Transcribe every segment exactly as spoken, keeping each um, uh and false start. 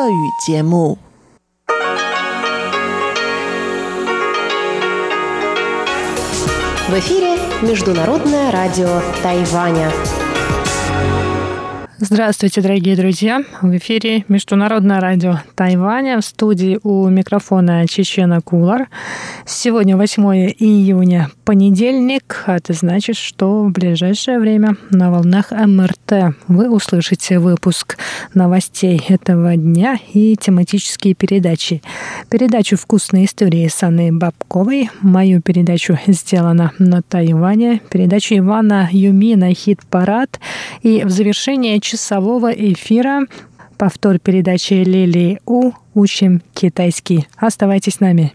В эфире Международное радио Тайваня. Здравствуйте, дорогие друзья! В эфире Международное радио Тайваня. В студии у микрофона Чечена Кулар. Сегодня восьмое июня, понедельник. А это значит, что в ближайшее время на волнах эм эр тэ вы услышите выпуск новостей этого дня и тематические передачи. Передачу «Вкусные истории» с Анной Бабковой. Мою передачу «Сделано на Тайване». Передачу Ивана Юмина «Хит-парад». И в завершение часового эфира повтор передачи Лилии У «Учим китайский». Оставайтесь с нами.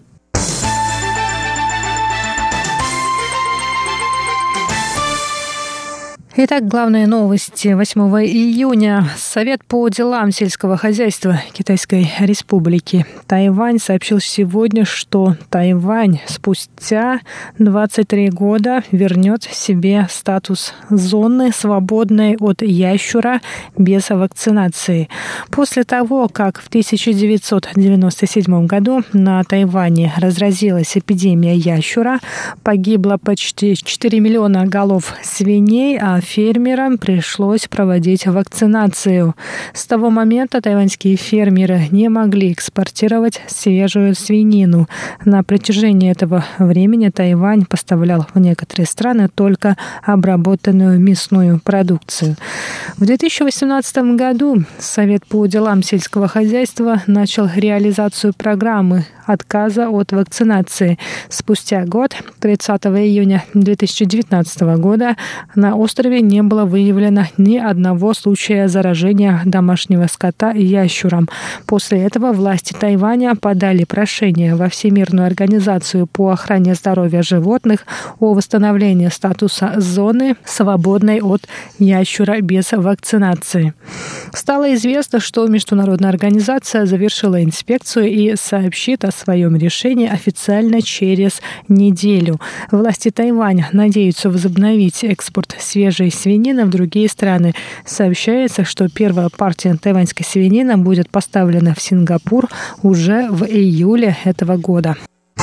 Итак, главные новости восьмого июня. Совет по делам сельского хозяйства Китайской Республики Тайвань сообщил сегодня, что Тайвань спустя двадцать три года вернет себе статус зоны, свободной от ящура, без вакцинации. После того, как в тысяча девятьсот девяносто седьмом году на Тайване разразилась эпидемия ящура, погибло почти четыре миллиона голов свиней, а фермерам пришлось проводить вакцинацию. С того момента тайваньские фермеры не могли экспортировать свежую свинину. На протяжении этого времени Тайвань поставлял в некоторые страны только обработанную мясную продукцию. В две тысячи восемнадцатом году Совет по делам сельского хозяйства начал реализацию программы отказа от вакцинации. Спустя год, тридцатого июня две тысячи девятнадцатого года, на острове не было выявлено ни одного случая заражения домашнего скота ящуром. После этого власти Тайваня подали прошение во Всемирную организацию по охране здоровья животных о восстановлении статуса зоны, свободной от ящура без вакцинации. Стало известно, что международная организация завершила инспекцию и сообщит о своем решении официально через неделю. Власти Тайваня надеются возобновить экспорт свежей свинины в другие страны. Сообщается, что первая партия тайваньской свинины будет поставлена в Сингапур уже в июле этого года.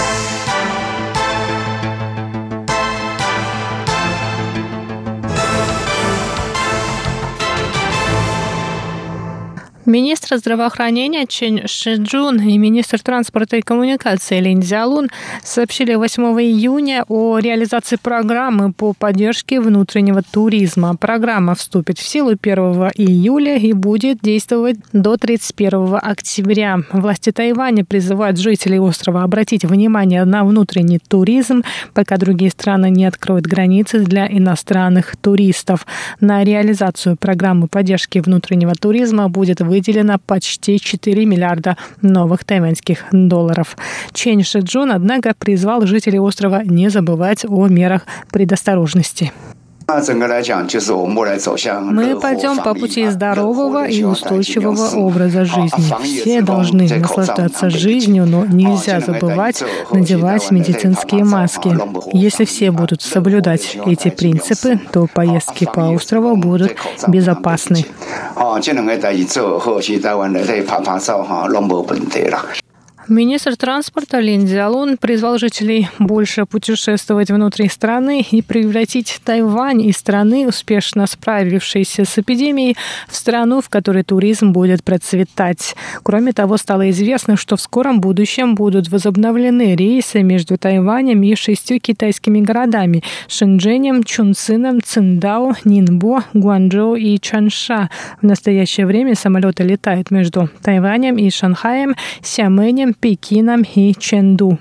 Министр здравоохранения Чен Шиджун и министр транспорта и коммуникации Лин Цзялун сообщили восьмого июня о реализации программы по поддержке внутреннего туризма. Программа вступит в силу первого июля и будет действовать до тридцать первого октября. Власти Тайваня призывают жителей острова обратить внимание на внутренний туризм, пока другие страны не откроют границы для иностранных туристов. На реализацию программы поддержки внутреннего туризма будет выделено выделено почти четыре миллиарда новых тайваньских долларов. Чен Шиджун, однако, призвал жителей острова не забывать о мерах предосторожности. Мы пойдем по пути здорового и устойчивого образа жизни. Все должны наслаждаться жизнью, но нельзя забывать надевать медицинские маски. Если все будут соблюдать эти принципы, то поездки по острову будут безопасны. Министр транспорта Лин Цзялун призвал жителей больше путешествовать внутри страны и превратить Тайвань из страны, успешно справившейся с эпидемией, в страну, в которой туризм будет процветать. Кроме того, стало известно, что в скором будущем будут возобновлены рейсы между Тайванем и шестью китайскими городами – Шэньчжэнем, Чунцином, Циндао, Нинбо, Гуанчжоу и Чанша. В настоящее время самолеты летают между Тайванем и Шанхаем, Сямэнем, Пекином и Чэнду.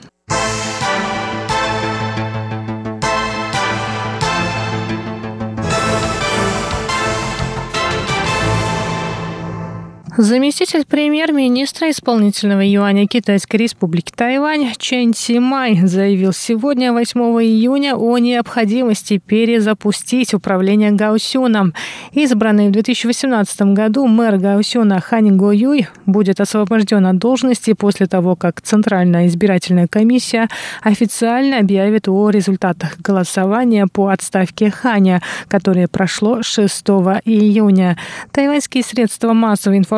Заместитель премьер-министра исполнительного юаня Китайской Республики Тайвань Чен Симай заявил сегодня, восьмого июня, о необходимости перезапустить управление Гаосюном. Избранный в две тысячи восемнадцатом году мэр Гаосюна Хань Го-Юй будет освобожден от должности после того, как Центральная избирательная комиссия официально объявит о результатах голосования по отставке Ханя, которое прошло шестого июня. Тайваньские средства массовой информации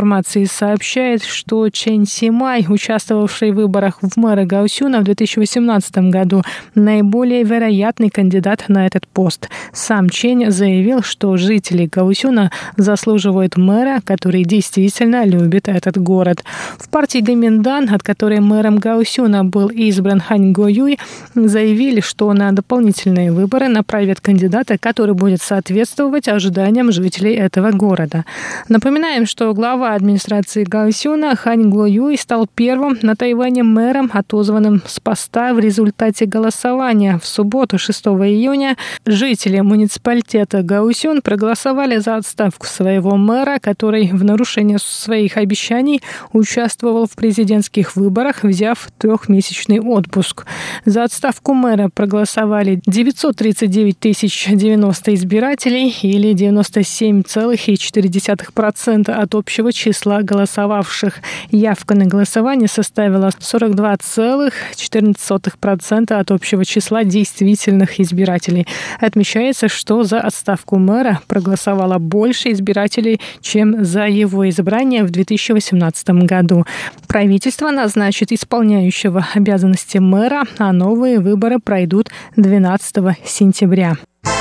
информации сообщает, что Чен Симай, участвовавший в выборах в мэра Гаосюна в две тысячи восемнадцатом году, наиболее вероятный кандидат на этот пост. Сам Чен заявил, что жители Гаосюна заслуживают мэра, который действительно любит этот город. В партии Гоминдан, от которой мэром Гаосюна был избран Хань Го-юй, заявили, что на дополнительные выборы направят кандидата, который будет соответствовать ожиданиям жителей этого города. Напоминаем, что глава администрации Гаосюна Хань Го-юй стал первым на Тайване мэром, отозванным с поста в результате голосования. В субботу, шестого июня, жители муниципалитета Гаосюн проголосовали за отставку своего мэра, который в нарушение своих обещаний участвовал в президентских выборах, взяв трехмесячный отпуск. За отставку мэра проголосовали девятьсот тридцать девять тысяч девяносто избирателей или девяносто семь целых четыре десятых процента от общего числа голосовавших. Явка на голосование составила сорок два целых четырнадцать сотых процента от общего числа действительных избирателей. Отмечается, что за отставку мэра проголосовало больше избирателей, чем за его избрание в две тысячи восемнадцатом году. Правительство назначит исполняющего обязанности мэра, а новые выборы пройдут двенадцатого сентября.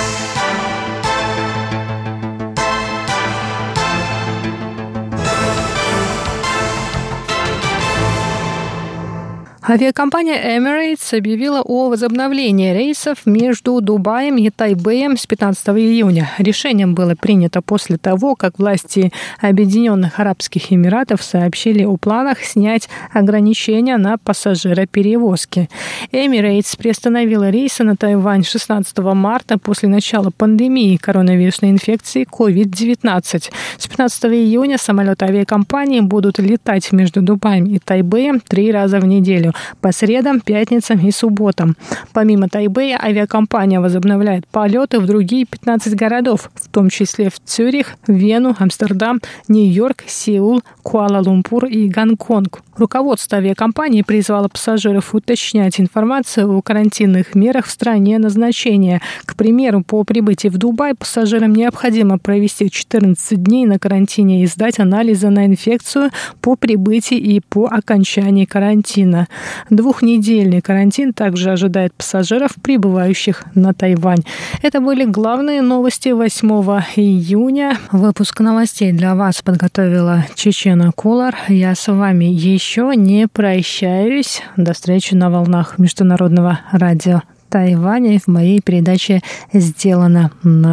Авиакомпания Emirates объявила о возобновлении рейсов между Дубаем и Тайбэем с пятнадцатого июня. Решение было принято после того, как власти Объединенных Арабских Эмиратов сообщили о планах снять ограничения на пассажироперевозки. Emirates приостановила рейсы на Тайвань шестнадцатого марта после начала пандемии коронавирусной инфекции ковид девятнадцать. С пятнадцатого июня самолеты авиакомпании будут летать между Дубаем и Тайбэем три раза в неделю по средам, пятницам и субботам. Помимо Тайбэя, авиакомпания возобновляет полеты в другие пятнадцать городов, в том числе в Цюрих, Вену, Амстердам, Нью-Йорк, Сеул, Куала-Лумпур и Гонконг. Руководство авиакомпании призвало пассажиров уточнять информацию о карантинных мерах в стране назначения. К примеру, по прибытии в Дубай пассажирам необходимо провести четырнадцать дней на карантине и сдать анализы на инфекцию по прибытии и по окончании карантина. Двухнедельный карантин также ожидает пассажиров, прибывающих на Тайвань. Это были главные новости восьмого июня. Выпуск новостей для вас подготовила Чечена Кулар. Я с вами еще не прощаюсь. До встречи на волнах Международного радио Тайваня в моей передаче «Сделано на